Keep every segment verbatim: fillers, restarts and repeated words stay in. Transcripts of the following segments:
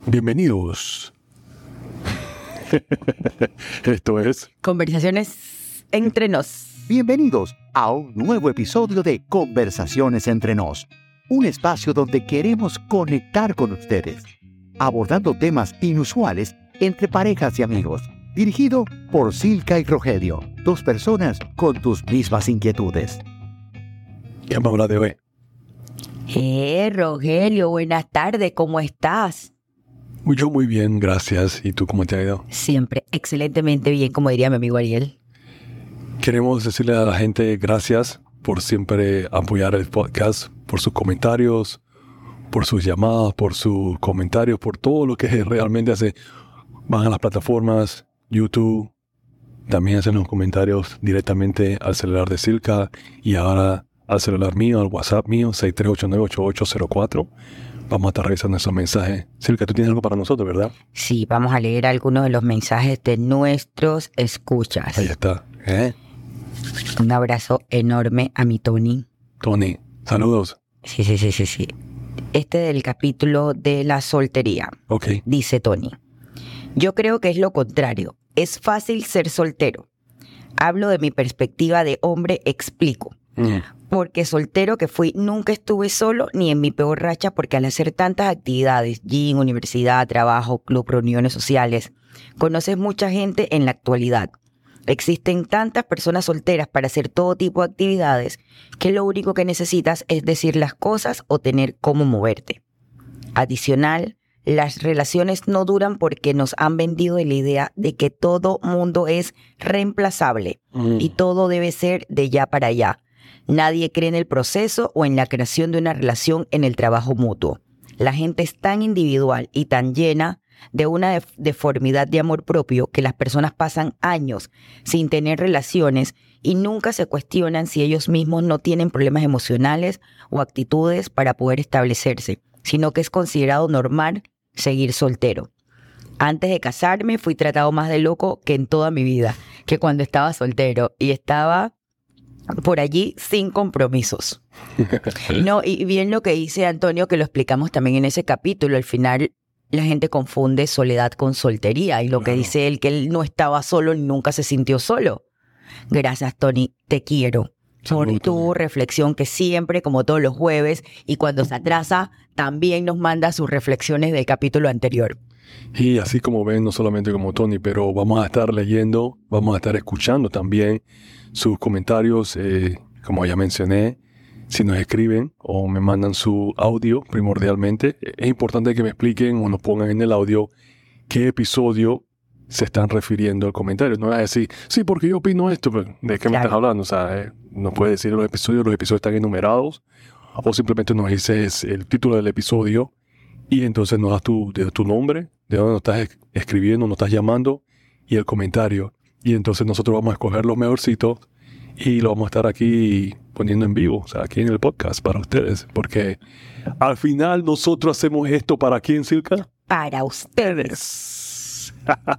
Bienvenidos. Esto es Conversaciones entre nos. Bienvenidos a un nuevo episodio de Conversaciones entre nos, un espacio donde queremos conectar con ustedes, abordando temas inusuales entre parejas y amigos, dirigido por Silka y Rogelio, dos personas con tus mismas inquietudes. ¿Qué vamos a hablar de hoy? Eh, Rogelio, buenas tardes, ¿cómo estás? Yo muy bien, gracias. ¿Y tú cómo te ha ido? Siempre excelentemente bien, como diría mi amigo Ariel. Queremos decirle a la gente gracias por siempre apoyar el podcast, por sus comentarios, por sus llamadas, por sus comentarios, por todo lo que realmente hace. Van a las plataformas, YouTube, también hacen los comentarios directamente al celular de Silka y ahora al celular mío, al WhatsApp mío, seis tres ocho nueve ocho ocho cero cuatro. Vamos a estar revisando esos mensajes. Silka, tú tienes algo para nosotros, ¿verdad? Sí, vamos a leer algunos de los mensajes de nuestros escuchas. Ahí está. ¿Eh? Un abrazo enorme a mi Tony. Tony, saludos. Sí, sí, sí, sí, sí. Este del capítulo de la soltería. Ok. Dice Tony: yo creo que es lo contrario. Es fácil ser soltero. Hablo de mi perspectiva de hombre, explico. Mm. Porque soltero que fui, nunca estuve solo ni en mi peor racha, porque al hacer tantas actividades, gym, universidad, trabajo, club, reuniones sociales, conoces mucha gente en la actualidad. Existen tantas personas solteras para hacer todo tipo de actividades que lo único que necesitas es decir las cosas o tener cómo moverte. Adicional, las relaciones no duran porque nos han vendido la idea de que todo mundo es reemplazable Mm. y todo debe ser de ya para allá. Nadie cree en el proceso o en la creación de una relación en el trabajo mutuo. La gente es tan individual y tan llena de una def- deformidad de amor propio que las personas pasan años sin tener relaciones y nunca se cuestionan si ellos mismos no tienen problemas emocionales o actitudes para poder establecerse, sino que es considerado normal seguir soltero. Antes de casarme fui tratado más de loco que en toda mi vida, que cuando estaba soltero y estaba por allí sin compromisos. No, y bien lo que dice Antonio, que lo explicamos también en ese capítulo. Al final la gente confunde soledad con soltería y lo que Claro. dice él, que él no estaba solo ni nunca se sintió solo. Gracias, Tony, te quiero por Salud, tu Tony. reflexión, que siempre, como todos los jueves, y cuando se atrasa, también nos manda sus reflexiones del capítulo anterior. Y así como ven, no solamente como Tony, pero vamos a estar leyendo, vamos a estar escuchando también sus comentarios, eh, como ya mencioné, si nos escriben o me mandan su audio primordialmente. Es importante que me expliquen o nos pongan en el audio qué episodio se están refiriendo al comentario. No es a decir, sí, porque yo opino esto, pero ¿de qué me Claro. estás hablando? O sea, eh, nos puede decir los episodios, los episodios están enumerados, o simplemente nos dices el título del episodio y entonces nos das tu, de tu nombre, de dónde nos estás es- escribiendo, nos estás llamando y el comentario. Y entonces nosotros vamos a escoger los mejorcitos y lo vamos a estar aquí poniendo en vivo, o sea, aquí en el podcast para ustedes. Porque al final nosotros hacemos esto ¿para quién, Silka? Para ustedes.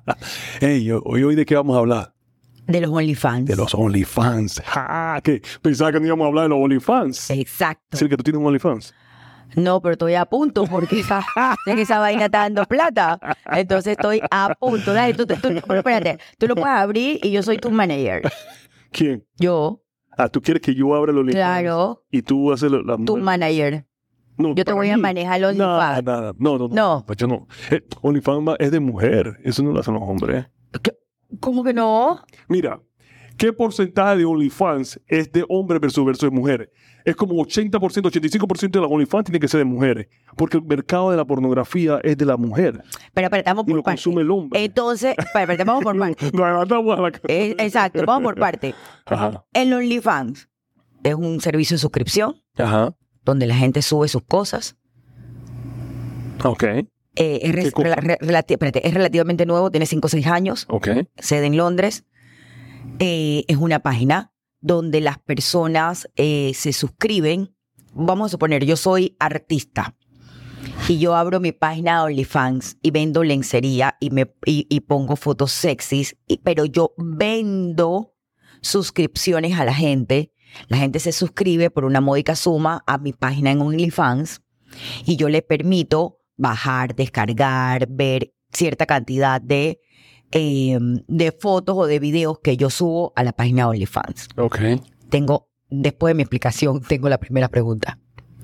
Hey, hoy, hoy ¿de qué vamos a hablar? De los OnlyFans. De los OnlyFans. ¡Ja! ¿Qué? Pensaba que no íbamos a hablar de los OnlyFans. Exacto. Silka, ¿tú tienes un OnlyFans? No, pero estoy a punto porque esa, sé que esa vaina está dando plata. Entonces estoy a punto. Dale, tú, tú, tú- pero espérate, tú lo puedes abrir y yo soy tu manager. ¿Quién? Yo, Ah, ¿tú quieres que yo abra el OnlyFans? claro, Y tú haces la... la tu manager. No, Yo te para voy a mí. manejar los Nada, OnlyFans. nada. No, no, no. No. Pues yo no. Eh, OnlyFans va- es de mujer. Eso no lo hacen los hombres. ¿Qué? ¿Cómo que no? Mira, ¿qué porcentaje de OnlyFans es de hombre versus versus de mujer? Es como ochenta por ciento, ochenta y cinco por ciento de la OnlyFans tiene que ser de mujeres. Porque el mercado de la pornografía es de la mujer. Pero espérate, vamos Y por lo parte. consume el hombre. Entonces, espérate, espérate, vamos por parte. Nos levantamos a la cara. Eh, exacto, vamos por parte. Ajá. El OnlyFans es un servicio de suscripción Ajá. donde la gente sube sus cosas. Ok. Eh, es, ¿Qué re- cosa? rela- relati- espérate, es relativamente nuevo, tiene cinco o seis años. Ok. Sede en Londres. Eh, es una página donde las personas eh, se suscriben. Vamos a suponer, yo soy artista y yo abro mi página de OnlyFans y vendo lencería y, me, y, y pongo fotos sexys, y, pero yo vendo suscripciones a la gente. La gente se suscribe por una módica suma a mi página en OnlyFans y yo le permito bajar, descargar, ver cierta cantidad de, eh, de fotos o de videos que yo subo a la página OnlyFans. Ok. Tengo, después de mi explicación, tengo la primera pregunta.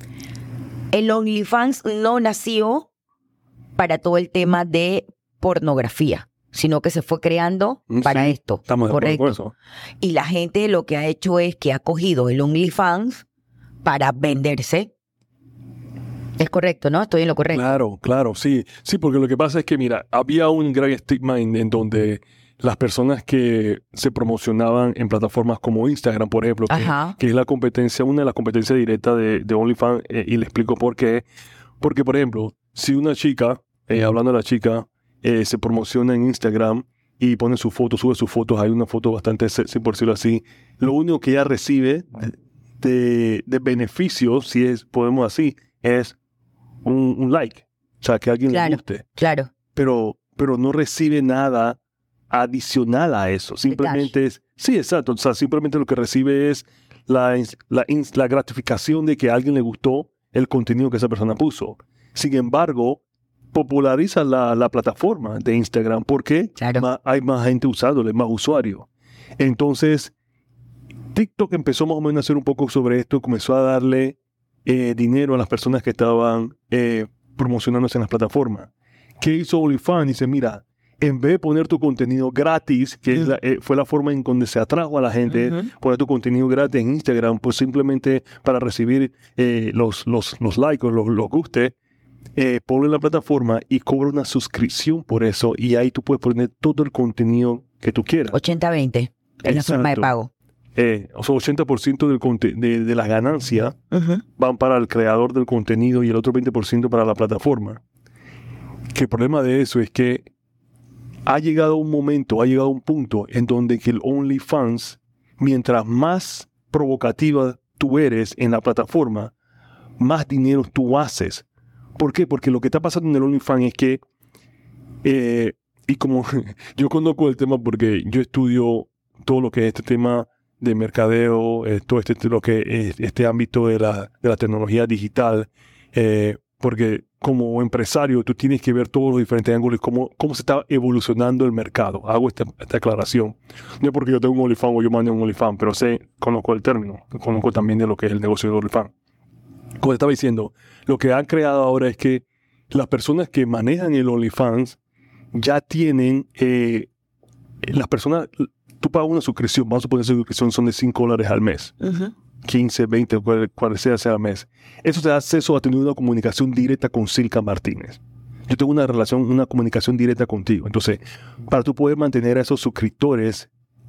El OnlyFans no nació para todo el tema de pornografía, sino que se fue creando Mm, para sí, esto. Estamos de acuerdo Correcto. con eso. Y la gente lo que ha hecho es que ha cogido el OnlyFans para venderse. Es correcto, ¿no? Estoy en lo correcto. Claro, claro, sí. Sí, porque lo que pasa es que, mira, había un gran estigma en, en donde las personas que se promocionaban en plataformas como Instagram, por ejemplo, que, Ajá. que es la competencia, una de las competencias directas de, de OnlyFans, eh, y le explico por qué. Porque, por ejemplo, si una chica, eh, hablando de la chica, eh, se promociona en Instagram y pone sus fotos, sube sus fotos, hay una foto bastante sexy, por decirlo así, lo único que ella recibe de, de, de beneficios, si es, podemos así, es un, un like. O sea, que a alguien Claro. le guste. Claro. Pero, pero no recibe nada adicional a eso. Simplemente es... Sí, exacto. O sea, simplemente lo que recibe es la, ins- la, ins- la gratificación de que a alguien le gustó el contenido que esa persona puso. Sin embargo, populariza la, la plataforma de Instagram porque Claro. ma- hay más gente usándole, más usuarios. Entonces, TikTok empezó más o menos a hacer un poco sobre esto, comenzó a darle eh, dinero a las personas que estaban eh, promocionándose en las plataformas. ¿Qué hizo OnlyFans? Dice, mira, en vez de poner tu contenido gratis, que es la- eh, fue la forma en donde se atrajo a la gente, Ujú. poner tu contenido gratis en Instagram, pues simplemente para recibir eh, los, los, los likes o los, los gustes, eh, ponlo en la plataforma y cobra una suscripción por eso, y ahí tú puedes poner todo el contenido que tú quieras. ochenta veinte es la forma de Exacto. pago. Eh, o sea, ochenta por ciento del conte- de, de las ganancias Ujú. van para el creador del contenido y el otro veinte por ciento para la plataforma. Que el problema de eso es que ha llegado un momento, ha llegado un punto en donde que el OnlyFans, mientras más provocativa tú eres en la plataforma, más dinero tú haces. ¿Por qué? Porque lo que está pasando en el OnlyFans es que, eh, y como yo conozco el tema porque yo estudio todo lo que es este tema de mercadeo, eh, todo este, lo que es este ámbito de la, de la tecnología digital, eh, porque como empresario tú tienes que ver todos los diferentes ángulos, cómo, cómo se está evolucionando el mercado. Hago esta, esta aclaración. No es porque yo tengo un OnlyFans o yo mando un OnlyFans, pero sé, conozco el término, conozco también de lo que es el negocio de OnlyFans. Como te estaba diciendo, lo que han creado ahora es que las personas que manejan el OnlyFans ya tienen, eh, las personas, tú pagas una suscripción, vamos a suponer que la suscripción son de cinco dólares al mes. Ujú. quince, veinte, cual, cual sea, sea al mes. Eso te da acceso a tener una comunicación directa con Silka Martínez. Yo tengo una relación, una comunicación directa contigo. Entonces, para tú poder mantener a esos suscriptores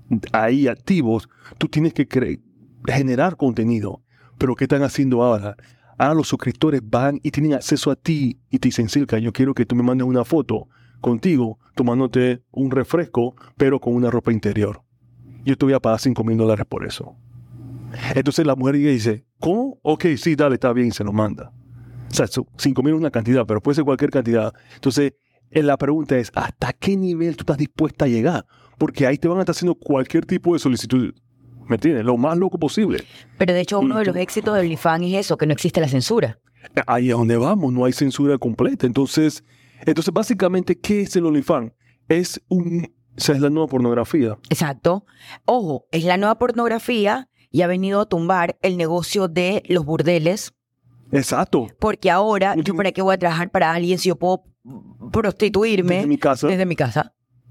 ahí activos, tú tienes que cre- generar contenido. Pero ¿qué están haciendo ahora? Ahora los suscriptores van y tienen acceso a ti y te dicen, Silka, yo quiero que tú me mandes una foto contigo tomándote un refresco, pero con una ropa interior. Yo te voy a pagar cinco mil dólares por eso. Entonces la mujer dice, ¿cómo? Ok, sí, dale, está bien, se lo manda. O sea, cinco mil es una cantidad, pero puede ser cualquier cantidad. Entonces, eh, la pregunta es, ¿hasta qué nivel tú estás dispuesta a llegar? Porque ahí te van a estar haciendo cualquier tipo de solicitud. ¿Me entiendes? Lo más loco posible. Pero de hecho uno Y de tú- los éxitos de OnlyFans es eso, que no existe la censura. Ahí es donde vamos, no hay censura completa. Entonces, entonces básicamente, ¿qué es el OnlyFans? Es un, o sea, es la nueva pornografía. Exacto. Ojo, es la nueva pornografía y ha venido a tumbar el negocio de los burdeles, Exacto. porque ahora, ¿yo Último- para qué voy a trabajar para alguien si yo puedo prostituirme Desde mi casa. desde mi casa?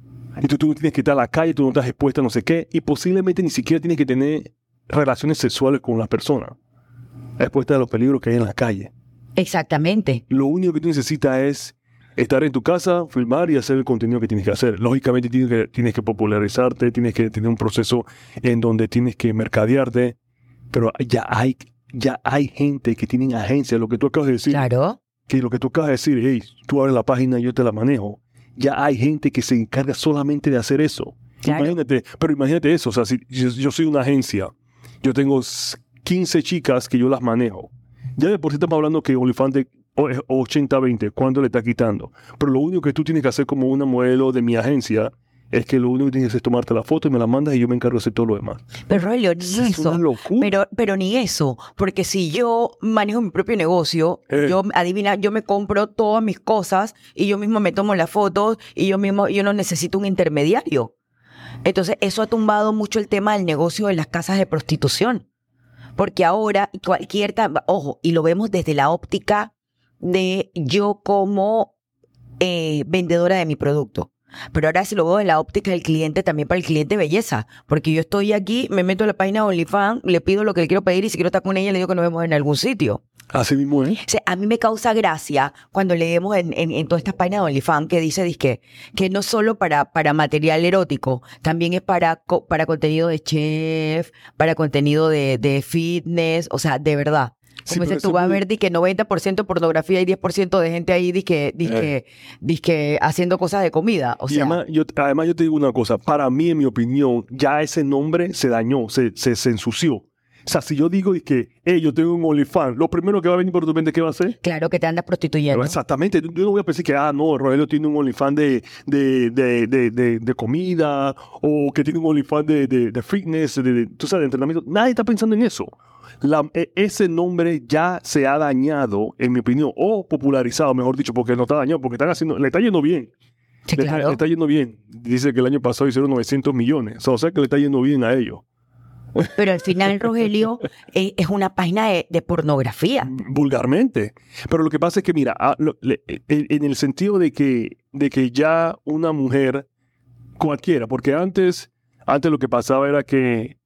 Y tú, tú tienes que estar a la calle, tú no estás expuesta a no sé qué, y posiblemente ni siquiera tienes que tener relaciones sexuales con las personas. Expuesta a los peligros que hay en la calle. Exactamente. Lo único que tú necesitas es estar en tu casa, filmar y hacer el contenido que tienes que hacer. Lógicamente tienes que, tienes que popularizarte, tienes que tener un proceso en donde tienes que mercadearte, pero ya hay, ya hay gente que tienen agencias, lo que tú acabas de decir, Claro. que lo que tú acabas de decir, hey, tú abres la página y yo te la manejo. Ya hay gente que se encarga solamente de hacer eso. Claro. Imagínate, pero imagínate eso, o sea, si yo, yo soy una agencia, yo tengo quince chicas que yo las manejo. Ya de por sí estamos hablando que OnlyFans de ochenta veinte, ¿cuánto le está quitando? Pero lo único que tú tienes que hacer como una modelo de mi agencia es que lo único que tienes que hacer es tomarte la foto y me la mandas y yo me encargo de hacer todo lo demás. Pero Rogelio, ni Es eso. una locura. Pero, pero ni eso. Porque si yo manejo mi propio negocio, Eh. yo, adivina, yo me compro todas mis cosas y yo mismo me tomo las fotos y yo mismo, yo no necesito un intermediario. Entonces, eso ha tumbado mucho el tema del negocio de las casas de prostitución. Porque ahora cualquier, ojo, y lo vemos desde la óptica de yo como eh, vendedora de mi producto. Pero ahora si lo veo de la óptica del cliente, también para el cliente belleza. Porque yo estoy aquí, me meto a la página de OnlyFans, le pido lo que le quiero pedir y si quiero estar con ella le digo que nos vemos en algún sitio. Así mismo, ¿eh? O sea, a mí me causa gracia cuando leemos en, en, en todas estas páginas de OnlyFans que dice dizque, que no solo para, para material erótico, también es para, co- para contenido de chef, para contenido de, de fitness, o sea, de verdad. Sí, Como pero dices, tú eso vas a es muy- ver que noventa por ciento pornografía y diez por ciento de gente ahí dizque, dizque, dizque haciendo cosas de comida. O y sea, además yo, además yo te digo una cosa, para mí, en mi opinión, ya ese nombre se dañó, se, se, se ensució. O sea, si yo digo que, hey, yo tengo un OnlyFans, lo primero que va a venir por tu mente, ¿qué va a hacer? claro que te andas prostituyendo. Exactamente. Yo no voy a pensar que, ah, no, Rogelio tiene un OnlyFans de, de, de, de, de, de comida o que tiene un OnlyFans de, de, de fitness, de, de, tú sabes, de entrenamiento. Nadie está pensando en eso. La, e- ese nombre ya se ha dañado, en mi opinión, o popularizado, mejor dicho, porque no está dañado, porque están haciendo, le está yendo bien. Sí, le, está, claro. le está yendo bien. Dice que el año pasado hicieron novecientos millones. O sea, que le está yendo bien a ellos. Pero al final, Rogelio, eh, es una página de, de pornografía. Vulgarmente. Pero lo que pasa es que, mira, ah, lo- le- en, en el sentido de que, de que ya una mujer cualquiera, porque antes, antes lo que pasaba era que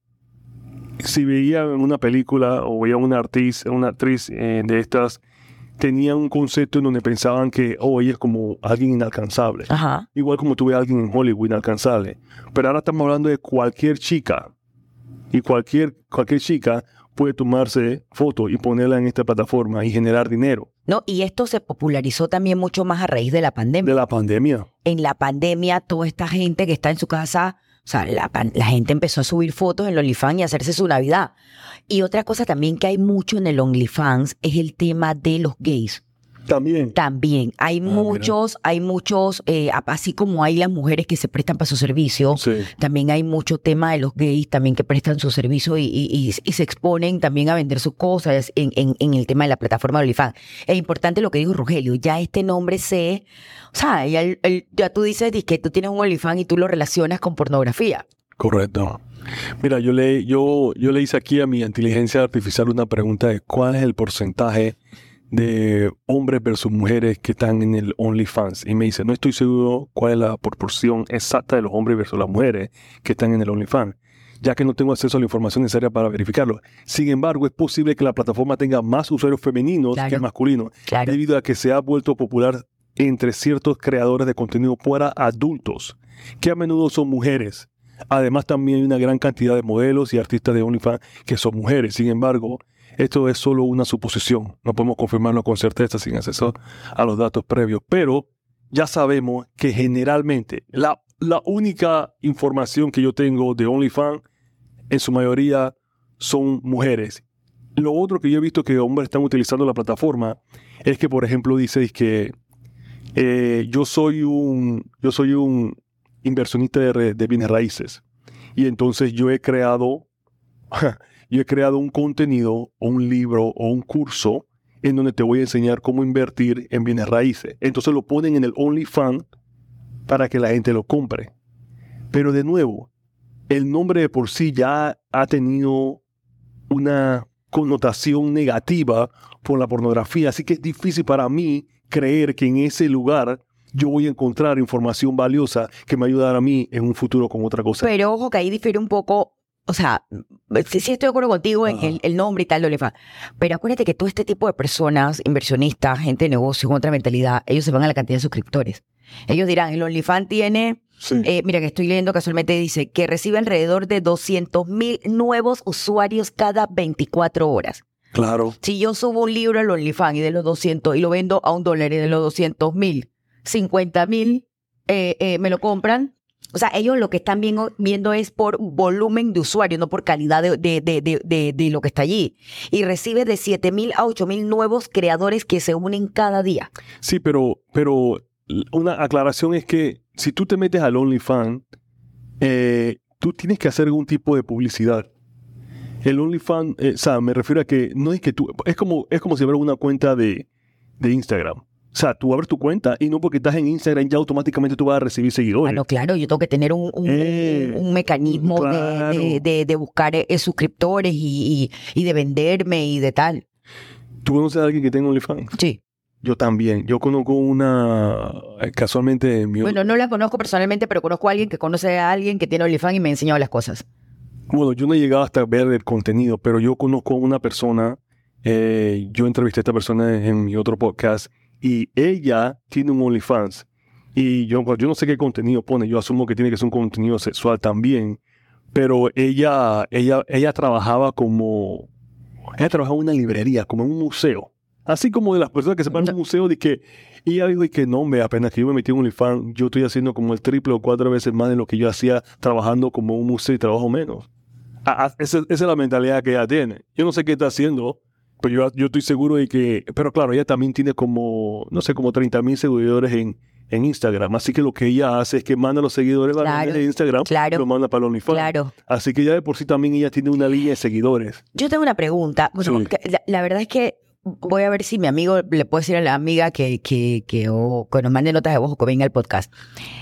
si veían una película o veían una artista, una actriz eh, de estas, tenían un concepto en donde pensaban que, oh, ella es como alguien inalcanzable. Ajá. Igual como tú ves a alguien en Hollywood inalcanzable. Pero ahora estamos hablando de cualquier chica. Y cualquier, cualquier chica puede tomarse fotos y ponerla en esta plataforma y generar dinero. No, y esto se popularizó también mucho más a raíz de la pandemia. De la pandemia. En la pandemia, toda esta gente que está en su casa, o sea, la, pan- la gente empezó a subir fotos en el OnlyFans y a hacerse su Navidad. Y otra cosa también que hay mucho en el OnlyFans es el tema de los gays. También. También hay mira. muchos, hay muchos, eh, así como hay las mujeres que se prestan para su servicio, Sí. también hay mucho tema de los gays también que prestan su servicio y, y- y- y se exponen también a vender sus cosas en, en- en el tema de la plataforma de OnlyFans. Es importante lo que dijo Rogelio, ya este nombre se, o sea, ya, el- el- ya tú dices di que tú tienes un OnlyFans y tú lo relacionas con pornografía. Correcto. Mira, yo le, yo, yo le hice aquí a mi inteligencia artificial una pregunta de cuál es el porcentaje de hombres versus mujeres que están en el OnlyFans. Y me dice, no estoy seguro cuál es la proporción exacta de los hombres versus las mujeres que están en el OnlyFans, ya que no tengo acceso a la información necesaria para verificarlo. Sin embargo, es posible que la plataforma tenga más usuarios femeninos Claro. que masculinos, Claro. debido a que se ha vuelto popular entre ciertos creadores de contenido para adultos, que a menudo son mujeres. Además, también hay una gran cantidad de modelos y artistas de OnlyFans que son mujeres. Sin embargo, esto es solo una suposición. No podemos confirmarlo con certeza sin acceso a los datos previos. Pero ya sabemos que generalmente la, la única información que yo tengo de OnlyFans, en su mayoría, son mujeres. Lo otro que yo he visto que hombres están utilizando la plataforma es que, por ejemplo, dice que eh, yo soy un yo soy un inversionista de, re- de bienes raíces y entonces yo he creado yo he creado un contenido o un libro o un curso en donde te voy a enseñar cómo invertir en bienes raíces. Entonces lo ponen en el OnlyFans para que la gente lo compre. Pero de nuevo, el nombre de por sí ya ha tenido una connotación negativa por la pornografía, así que es difícil para mí creer que en ese lugar yo voy a encontrar información valiosa que me ayudará a mí en un futuro con otra cosa. Pero ojo que ahí difiere un poco, o sea, sí, sí estoy de acuerdo contigo en Ajá. el, el nombre y tal de OnlyFans, pero acuérdate que todo este tipo de personas, inversionistas, gente de negocio con otra mentalidad, ellos se van a la cantidad de suscriptores. Ellos dirán, el OnlyFans tiene, Sí. eh, mira que estoy leyendo casualmente, dice que recibe alrededor de doscientos mil nuevos usuarios cada veinticuatro horas. Claro. Si yo subo un libro al OnlyFans y de los doscientos y lo vendo a un dólar y de los doscientos mil, cincuenta mil eh, eh, me lo compran. O sea, ellos lo que están viendo, viendo es por volumen de usuarios, no por calidad de, de, de, de, de, de lo que está allí. Y recibe de siete mil a ocho mil nuevos creadores que se unen cada día. Sí, pero, pero una aclaración es que si tú te metes al OnlyFans, eh, tú tienes que hacer algún tipo de publicidad. El OnlyFans, eh, o sea, me refiero a que no es que tú, es como, es como si abres una cuenta de, de Instagram. O sea, tú abres tu cuenta y no porque estás en Instagram ya automáticamente tú vas a recibir seguidores. Bueno, claro, yo tengo que tener un, un, Eh, un mecanismo claro. de, de, de, de buscar eh, suscriptores y, y, y de venderme y de tal. ¿Tú conoces a alguien que tenga OnlyFans? Sí. Yo también. Yo conozco una, eh, casualmente... Mi, Bueno, no la conozco personalmente, pero conozco a alguien que conoce a alguien que tiene OnlyFans y me ha enseñado las cosas. Bueno, yo no he llegado hasta ver el contenido, pero yo conozco a una persona, eh, yo entrevisté a esta persona en mi otro podcast, y ella tiene un OnlyFans. Y yo, yo no sé qué contenido pone, yo asumo que tiene que ser un contenido sexual también, pero ella, ella, ella trabajaba como, ella trabajaba en una librería, como en un museo. Así como de las personas que se van a un museo, de que, y ella dijo que no, me apenas que yo me metí en OnlyFans, yo estoy haciendo como el triple o cuatro veces más de lo que yo hacía trabajando como un museo y trabajo menos. Ah, ah, esa, esa es la mentalidad que ella tiene. Yo no sé qué está haciendo, pero yo, yo estoy seguro de que... Pero claro, ella también tiene como, no sé, como treinta mil seguidores en, en Instagram. Así que lo que ella hace es que manda los seguidores Claro, de Instagram claro, y los manda para el OnlyFans. Claro. Así que ya de por sí también ella tiene una línea de seguidores. Yo tengo una pregunta. Bueno, Sí. que la, la verdad es que voy a ver si mi amigo le puede decir a la amiga que, que, que, o, que nos mande notas de voz o que venga al podcast.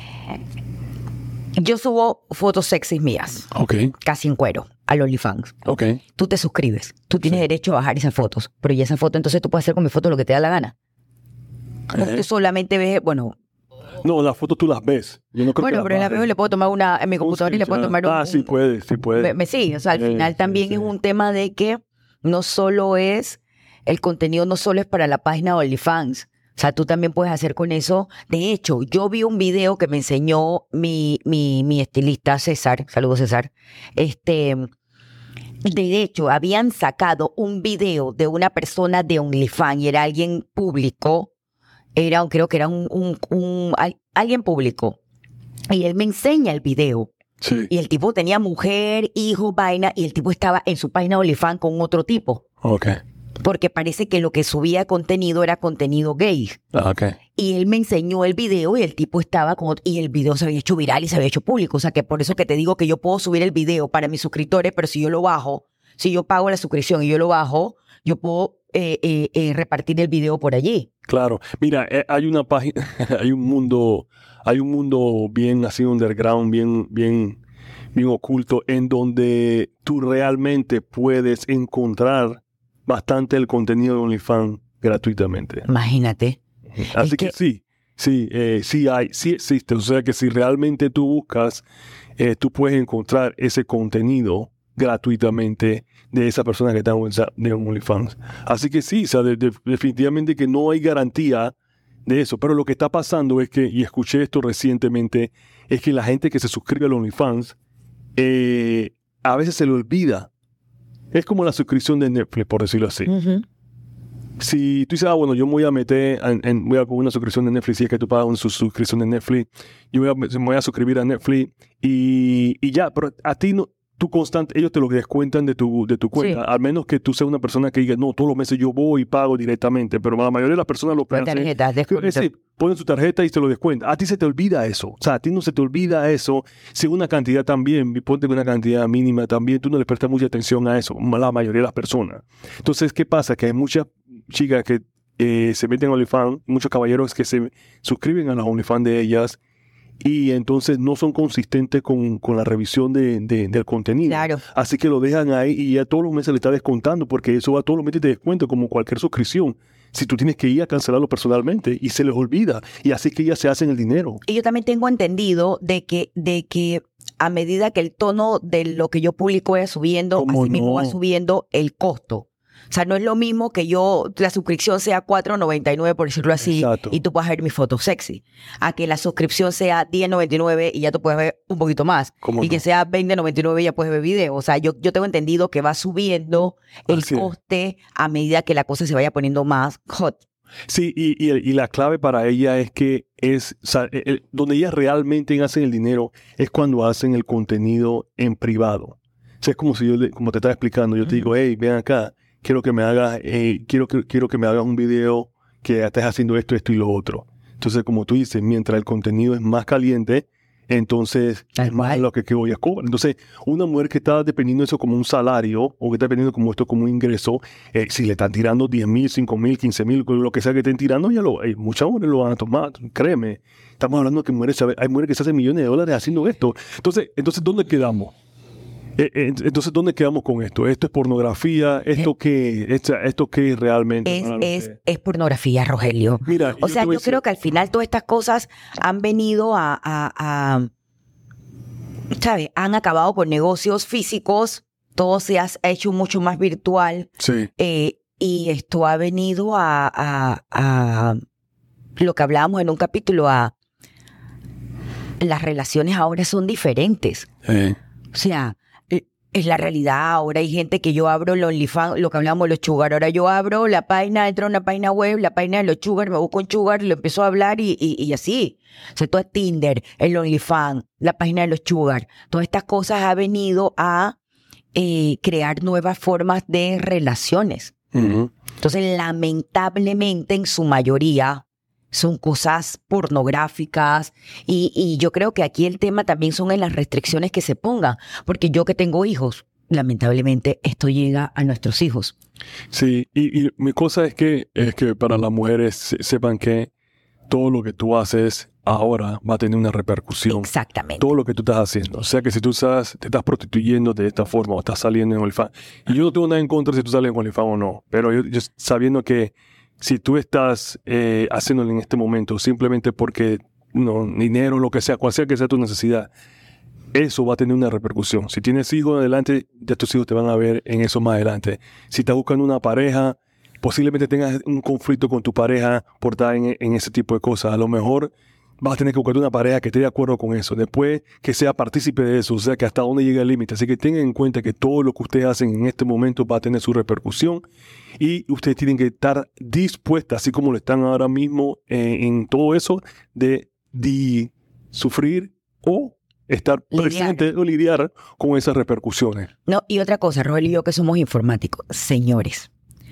Yo subo fotos sexys mías, Ok, casi en cuero, al OnlyFans. ok. Tú te suscribes. Tú tienes Sí. derecho a bajar esas fotos. Pero ya esa foto, entonces tú puedes hacer con mi foto lo que te da la gana. O Eh. tú solamente ves, bueno, No, las fotos tú las ves. Yo no creo bueno, que pero en la las veo bajes. le puedo tomar una, en mi Un computadora y le puedo screenshot. tomar un... Ah, sí un- puede, sí puede. Me, me- sí, o sea, al Sí, final sí, también sí. es un tema de que no solo es, el contenido no solo es para la página de OnlyFans. O sea, tú también puedes hacer con eso. De hecho, yo vi un video que me enseñó mi, mi, mi estilista César. Saludos, César. Este, de hecho, habían sacado un video de una persona de OnlyFans y era alguien público. Era, creo que era un, un, un al- alguien público. Y él me enseña el video. Sí, Y el tipo tenía mujer, hijo, vaina, y el tipo estaba en su página OnlyFans con otro tipo. ok. Porque parece que lo que subía contenido era contenido gay. Ah, ok. Y él me enseñó el video y el tipo estaba con... Y el video se había hecho viral y se había hecho público. O sea, que por eso que te digo que yo puedo subir el video para mis suscriptores, pero si yo lo bajo, si yo pago la suscripción y yo lo bajo, yo puedo eh, eh, eh, repartir el video por allí. Claro, mira, eh, hay una página, hay un mundo, hay un mundo bien así underground, bien, bien, bien oculto, en donde tú realmente puedes encontrar bastante el contenido de OnlyFans gratuitamente. Imagínate. Así Es que, que- sí, sí, eh, sí hay, sí existe. O sea que si realmente tú buscas, eh, tú puedes encontrar ese contenido gratuitamente de esa persona que está en WhatsApp de OnlyFans. Así que sí, o sea, de- de- definitivamente que no hay garantía de eso. Pero lo que está pasando es que, y escuché esto recientemente, es que la gente que se suscribe a OnlyFans eh, a veces se le olvida. Es como la suscripción de Netflix, por decirlo así. Ujú. Si tú dices, ah, bueno, yo me voy a meter, en, en- voy a poner una suscripción de Netflix, si es que tú pagas una su- suscripción de Netflix, yo voy a- me voy a suscribir a Netflix y, y ya, pero a ti no, tú constante, ellos te lo descuentan de tu, de tu cuenta, Sí. al menos que tú seas una persona que diga, no, todos los meses yo voy y pago directamente, pero la mayoría de las personas lo que Con hacen tarjetas, es descuento. sí, ponen su tarjeta y se lo descuentan. A ti se te olvida eso. O sea, a ti no se te olvida eso. Si una cantidad también, ponte una cantidad mínima también, tú no le prestas mucha atención a eso, la mayoría de las personas. Entonces, ¿qué pasa? Que hay muchas chicas que eh, se meten a OnlyFans, muchos caballeros que se suscriben a las OnlyFans de ellas y entonces no son consistentes con, con la revisión de, de- del contenido. Claro. Así que lo dejan ahí y ya todos los meses le está descontando porque eso va todos los meses de descuento como cualquier suscripción. Si tú tienes que ir a cancelarlo personalmente y se les olvida y así que ya se hacen el dinero. Y yo también tengo entendido de que, de que a medida que el tono de lo que yo publico vaya subiendo, ¿Cómo así mismo no? va subiendo el costo. O sea, no es lo mismo que yo, la suscripción sea cuatro noventa y nueve, por decirlo así, Exacto. y tú puedas ver mi foto sexy, a que la suscripción sea diez noventa y nueve y ya tú puedes ver un poquito más, ¿Cómo y no? que sea veinte noventa y nueve y ya puedes ver video. O sea, yo, yo tengo entendido que va subiendo el Así es. coste a medida que la cosa se vaya poniendo más hot. Sí, y, y, y la clave para ella es que es, o sea, el- el- donde ellas realmente hacen el dinero es cuando hacen el contenido en privado. O sea, es como si yo, le- como te estaba explicando, yo te digo, hey, ven acá, quiero que me hagas, eh, quiero, que, quiero que me hagas un video que estés haciendo esto, esto y lo otro. Entonces, como tú dices, mientras el contenido es más caliente, entonces Tal es más cual. lo que, que voy a cobrar. Entonces, una mujer que está dependiendo de eso como un salario o que está dependiendo como esto como un ingreso, eh, si le están tirando diez mil, cinco mil, quince mil, lo que sea que estén tirando, ya lo, eh, muchas mujeres lo van a tomar, créeme. Estamos hablando de que mujeres, hay mujeres que se hacen millones de dólares haciendo esto. Entonces, entonces ¿dónde quedamos? Eh, eh, entonces, ¿dónde quedamos con esto? ¿Esto es pornografía? ¿Esto qué? ¿Esto, esto qué realmente? Es, Para lo es, que- es pornografía, Rogelio. Mira, O sea, te voy a yo decir- creo que al final todas estas cosas han venido a, a, a ¿sabes? Han acabado con negocios físicos, todo se ha hecho mucho más virtual, Sí, eh, y esto ha venido a, a, a lo que hablábamos en un capítulo, a las relaciones ahora son diferentes. eh, O sea, eh, es la realidad. Ahora hay gente que yo abro el OnlyFans, lo que hablamos de los sugar. Ahora yo abro la página, entro a una página web, la página de los sugar, me busco un sugar, lo empiezo a hablar y, y, y así. O sea, todo es Tinder, el OnlyFans, la página de los sugar. Todas estas cosas han venido a eh, crear nuevas formas de relaciones. ujú. Entonces, lamentablemente, en su mayoría, son cosas pornográficas y, y yo creo que aquí el tema también son en las restricciones que se pongan, porque yo que tengo hijos, lamentablemente esto llega a nuestros hijos. Sí, y, y mi cosa es que, es que para las mujeres se- sepan que todo lo que tú haces ahora va a tener una repercusión. Exactamente. Todo lo que tú estás haciendo. O sea que si tú estás, te estás prostituyendo de esta forma o estás saliendo en OnlyFans. Y yo no tengo nada en contra si tú sales en OnlyFans o no. Pero yo, yo sabiendo que si tú estás eh, haciéndolo en este momento simplemente porque no, dinero, lo que sea, cual sea que sea tu necesidad, eso va a tener una repercusión. Si tienes hijos adelante, ya tus hijos te van a ver en eso más adelante. Si estás buscando una pareja, posiblemente tengas un conflicto con tu pareja por estar en, en ese tipo de cosas. A lo mejor vas a tener que buscar una pareja que esté de acuerdo con eso. Después que sea partícipe de eso, o sea, que hasta dónde llega el límite. Así que tengan en cuenta que todo lo que ustedes hacen en este momento va a tener su repercusión y ustedes tienen que estar dispuestas, así como lo están ahora mismo eh, en todo eso, de, de sufrir o estar Lidiar. presente o lidiar con esas repercusiones. No, y otra cosa, Roel y yo que somos informáticos, señores,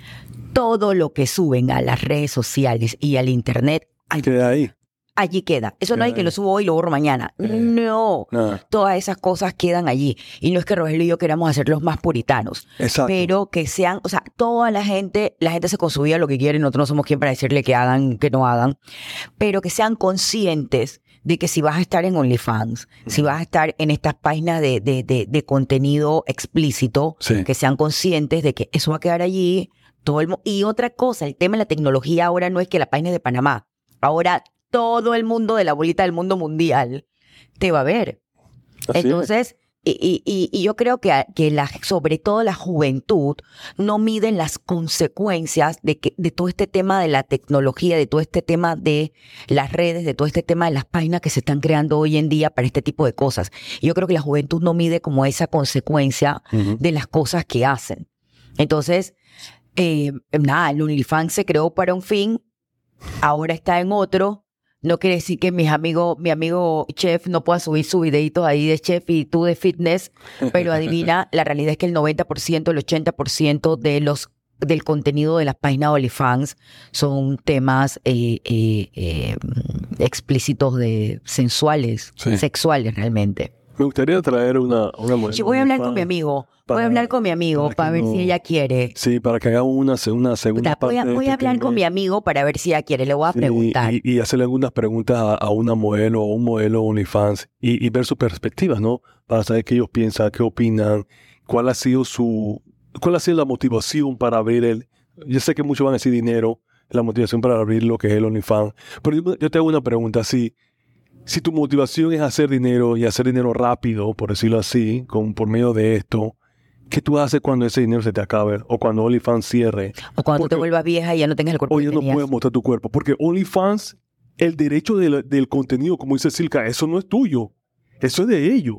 todo lo que suben a las redes sociales y al internet, allí, Queda ahí. allí queda. Eso no Queda hay que ahí. lo subo hoy y lo borro mañana. Eh. No. Nada. Todas esas cosas quedan allí. Y no es que Rogelio y yo queramos hacer los más puritanos, Exacto. pero que sean, o sea, toda la gente, la gente se consumía lo que quiere, nosotros no somos quien para decirle que hagan, que no hagan, pero que sean conscientes de que si vas a estar en OnlyFans, si vas a estar en estas páginas de, de, de, de contenido explícito, Sí. que sean conscientes de que eso va a quedar allí. Todo el, mu- y otra cosa, el tema de la tecnología ahora no es que la página es de Panamá. Ahora todo el mundo de la bolita del mundo mundial te va a ver. Así es. Entonces, y, y, y- y yo creo que, a- que la, sobre todo la juventud no miden las consecuencias de, que, de todo este tema de la tecnología, de todo este tema de las redes, de todo este tema de las páginas que se están creando hoy en día para este tipo de cosas. Y yo creo que la juventud no mide como esa consecuencia Ujú. de las cosas que hacen. Entonces, eh, nada, el OnlyFans se creó para un fin, ahora está en otro. No quiere decir que mis amigos, mi amigo chef no pueda subir su videito ahí de chef y tú de fitness, pero adivina, la realidad es que el noventa por ciento, el ochenta por ciento de los del contenido de las páginas de OnlyFans son temas eh, eh, eh, explícitos de sensuales, Sí. sexuales realmente. Me gustaría traer una, una mujer. Yo voy a hablar con mi amigo, voy para- a hablar con mi amigo para que para ver no- si ella quiere. Sí, para que hagamos una, se- una O segunda sea, voy a, parte de voy a este hablar tema. con mi amigo para ver si ella quiere. Le voy a Sí, preguntar. Y, y hacerle algunas preguntas a, a una modelo o un modelo OnlyFans y, y ver sus perspectivas, ¿no? Para saber qué ellos piensan, qué opinan, cuál ha sido su, cuál ha sido la motivación para abrir el. Yo sé que muchos van a decir dinero, la motivación para abrir lo que es el OnlyFans, pero yo, yo te hago una pregunta, si, si tu motivación es hacer dinero y hacer dinero rápido, por decirlo así, con, por medio de esto, ¿qué tú haces cuando ese dinero se te acabe o cuando OnlyFans cierre? O cuando tú te porque- vuelvas vieja y ya no tengas el cuerpo O que ya no tenías. puedes mostrar tu cuerpo. Porque OnlyFans, el derecho del, del contenido, como dice Silka, eso no es tuyo. Eso es de ellos.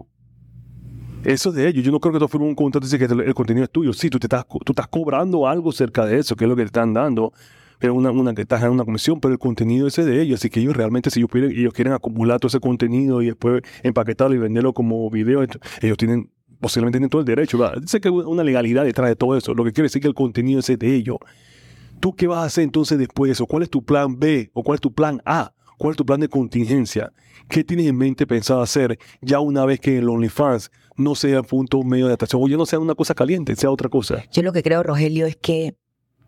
Eso es de ellos. Yo no creo que tú firmes un contrato y dice que el, el contenido es tuyo. Sí, tú, te estás, co- tú estás cobrando algo cerca de eso, que es lo que te están dando. Pero una, una que estás en una comisión, pero el contenido ese es de ellos. Así que ellos realmente, si ellos, quieren, ellos quieren acumular todo ese contenido y después empaquetarlo y venderlo como video, ent- ellos tienen, posiblemente tienen todo el derecho. ¿verdad? Sé que hay una legalidad detrás de todo eso. Lo que quiere decir que el contenido ese es de ellos. ¿Tú qué vas a hacer entonces después de eso? ¿Cuál es tu plan B o cuál es tu plan A ¿Cuál es tu plan de contingencia? ¿Qué tienes en mente pensado hacer ya una vez que el OnlyFans no sea el punto medio de atracción o ya no sea una cosa caliente, sea otra cosa? Yo lo que creo, Rogelio, es que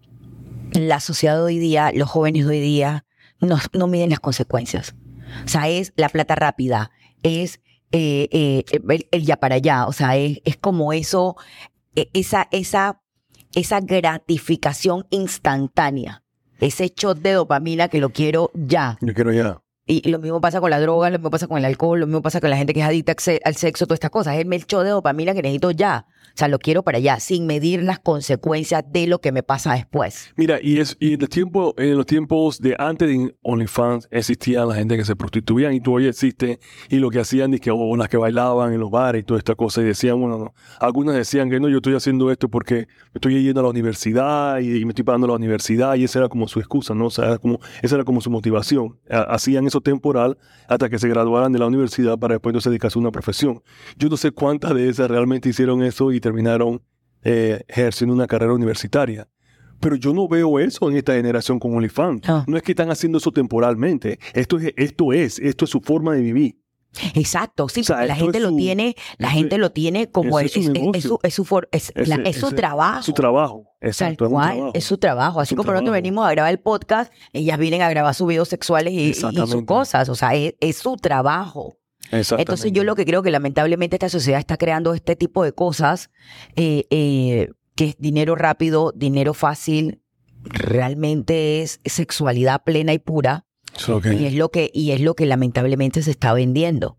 la sociedad de hoy día, los jóvenes de hoy día, no, no miden las consecuencias. O sea, es la plata rápida, es eh, eh, el, el ya para allá. O sea, es, es como eso, eh, esa, esa, esa gratificación instantánea, ese shot de dopamina que lo quiero ya. Yo quiero ya. Y lo mismo pasa con la droga, lo mismo pasa con el alcohol, lo mismo pasa con la gente que es adicta al sexo, todas estas cosas. Es el shot de dopamina que necesito ya. O sea, lo quiero para allá, sin medir las consecuencias de lo que me pasa después. Mira, y, es, y en, el tiempo, en los tiempos de antes de OnlyFans existía la gente que se prostituían y todavía existe. Y lo que hacían es que hubo unas que bailaban en los bares y toda esta cosa. Y decían, bueno, no. Algunas decían que no, yo estoy haciendo esto porque estoy yendo a la universidad y, y me estoy pagando a la universidad. Y esa era como su excusa, ¿no? O sea, era como, esa era como su motivación. Hacían eso temporal hasta que se graduaran de la universidad para después entonces dedicarse a una profesión. Yo no sé cuántas de esas realmente hicieron eso y terminaron eh, ejerciendo una carrera universitaria. Pero yo no veo eso en esta generación con OnlyFans. No. No es que están haciendo eso temporalmente. Esto es, esto es, esto es su forma de vivir. Exacto, sí, O sea, porque la esto gente es lo su- tiene, la ese- gente lo tiene como ese es, es su es- es- negocio. es su, es su, for- es, Ese- la- es su ese- trabajo. Su trabajo. Tal Exacto, es un cual, trabajo. es su trabajo. Así Es un como nosotros trabajo. venimos a grabar el podcast, ellas vienen a grabar sus videos sexuales y, y- y sus Exactamente. cosas. O sea, es, es su trabajo. Exactamente. Entonces yo lo que creo que lamentablemente esta sociedad está creando este tipo de cosas, eh, eh, que es dinero rápido, dinero fácil, realmente es sexualidad plena y pura, So, ok. y es lo que, y es lo que lamentablemente se está vendiendo.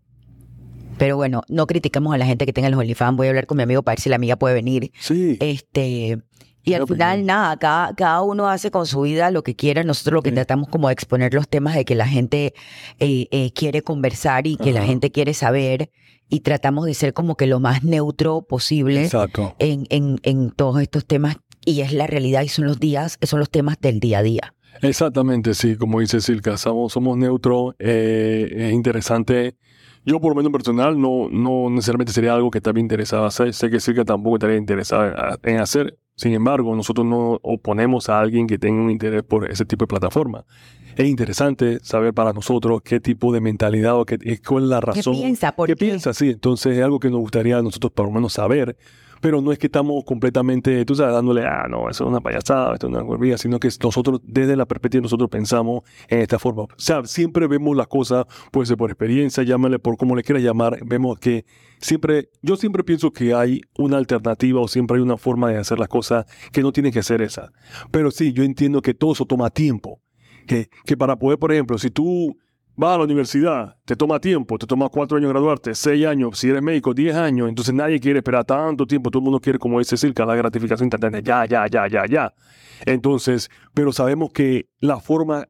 Pero bueno, no criticamos a la gente que tenga los OnlyFans. Voy a hablar con mi amigo para ver si la amiga puede venir. Sí. Este, y al No, pues, final, no. nada, cada, cada uno hace con su vida lo que quiera. Nosotros lo que Sí. tratamos como de exponer los temas de que la gente eh, eh, quiere conversar y que la Ajá. gente quiere saber, y tratamos de ser como que lo más neutro posible Exacto. en, en, en todos estos temas. Y es la realidad y son los días, son los temas del día a día. Exactamente, sí, como dice Silka, somos, somos neutros, eh, es interesante. Yo por lo menos personal no, no necesariamente sería algo que estaría interesado en hacer, sé que Silka tampoco estaría interesada en hacer, sin embargo, nosotros no oponemos a alguien que tenga un interés por ese tipo de plataforma. Es interesante saber para nosotros qué tipo de mentalidad o qué, cuál es la razón. ¿Qué piensa? ¿Por ¿Qué qué? piensa? Sí, entonces es algo que nos gustaría a nosotros por lo menos saber. Pero no es que estamos completamente, tú sabes, dándole, ah, no, eso es una payasada, esto es una huevía, sino que nosotros, desde la perspectiva, nosotros pensamos en esta forma. O sea, siempre vemos las cosas, puede ser por experiencia, llámale por como le quieras llamar, vemos que siempre, yo siempre pienso que hay una alternativa o siempre hay una forma de hacer las cosas que no tienen que ser esa. Pero sí, yo entiendo que todo eso toma tiempo. Que, que para poder, por ejemplo, si tú vas a la universidad, te toma tiempo, te toma cuatro años graduarte, seis años, si eres médico, diez años, entonces nadie quiere esperar tanto tiempo, todo el mundo quiere, como dice Silka, la gratificación instantánea, ya, ya, ya, ya, ya. Entonces, pero sabemos que la forma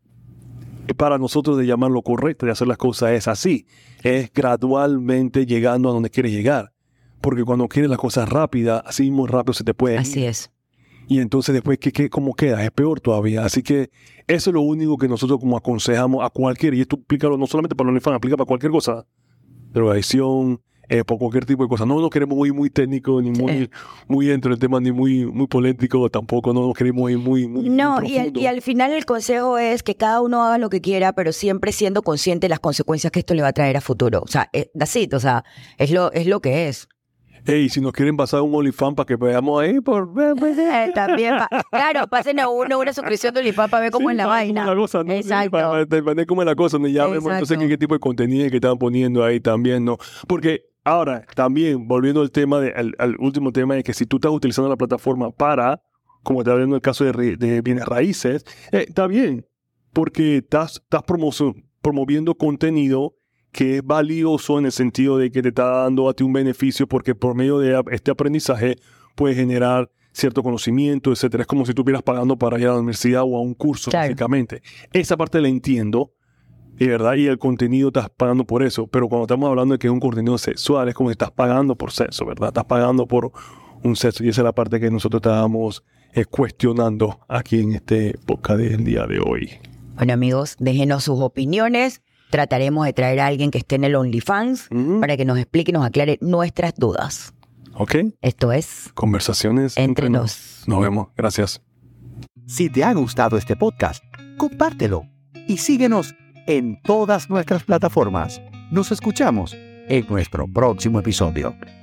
para nosotros de llamarlo correcto, de hacer las cosas es así, es gradualmente llegando a donde quieres llegar, porque cuando quieres las cosas rápidas, así muy rápido se te puede ir. Así es. Y entonces después, ¿qué, qué, ¿cómo queda? Es peor todavía. Así que eso es lo único que nosotros como aconsejamos a cualquier, y esto aplícalo no solamente para los OnlyFans, aplica para cualquier cosa. Drogadicción, eh, por cualquier tipo de cosa. No nos queremos ir muy técnico, ni muy, Sí. muy dentro del tema, ni muy, muy polémico, tampoco no nos queremos ir muy, muy, No, muy y al, profundo. y al final el consejo es que cada uno haga lo que quiera, pero siempre siendo consciente de las consecuencias que esto le va a traer a futuro. O sea, eh, that's it, o sea, es lo, es lo que es. Ey, si nos quieren pasar un OnlyFans para que veamos ahí, por... Eh, También, pa- claro, pasen a uno una suscripción de OnlyFans para ver cómo Sí, es la para ver vaina. cómo es la cosa, ¿no? Sí, Exacto. para, para, para ver cómo es la cosa, ¿no? Ya vemos entonces Exacto. qué, qué tipo de contenido que están poniendo ahí también, ¿no? Porque ahora, también, volviendo al tema, de, al, al último tema, es que si tú estás utilizando la plataforma para, como está hablando el caso de, re- de bienes raíces, eh, está bien, porque estás, estás promo- promoviendo contenido que es valioso en el sentido de que te está dando a ti un beneficio, porque por medio de este aprendizaje puedes generar cierto conocimiento, etcétera. Es como si tú estuvieras pagando para ir a la universidad o a un curso, Claro. básicamente. Esa parte la entiendo, y verdad, y el contenido estás pagando por eso, pero cuando estamos hablando de que es un contenido sexual, es como si estás pagando por sexo, ¿verdad? Estás pagando por un sexo, y esa es la parte que nosotros estábamos eh, cuestionando aquí en este podcast del día de hoy. Bueno, amigos, déjenos sus opiniones. Trataremos de traer a alguien que esté en el OnlyFans Ujú. para que nos explique y nos aclare nuestras dudas. ¿Ok? Esto es Conversaciones Entre Nos. Nos vemos. Gracias. Si te ha gustado este podcast, compártelo y síguenos en todas nuestras plataformas. Nos escuchamos en nuestro próximo episodio.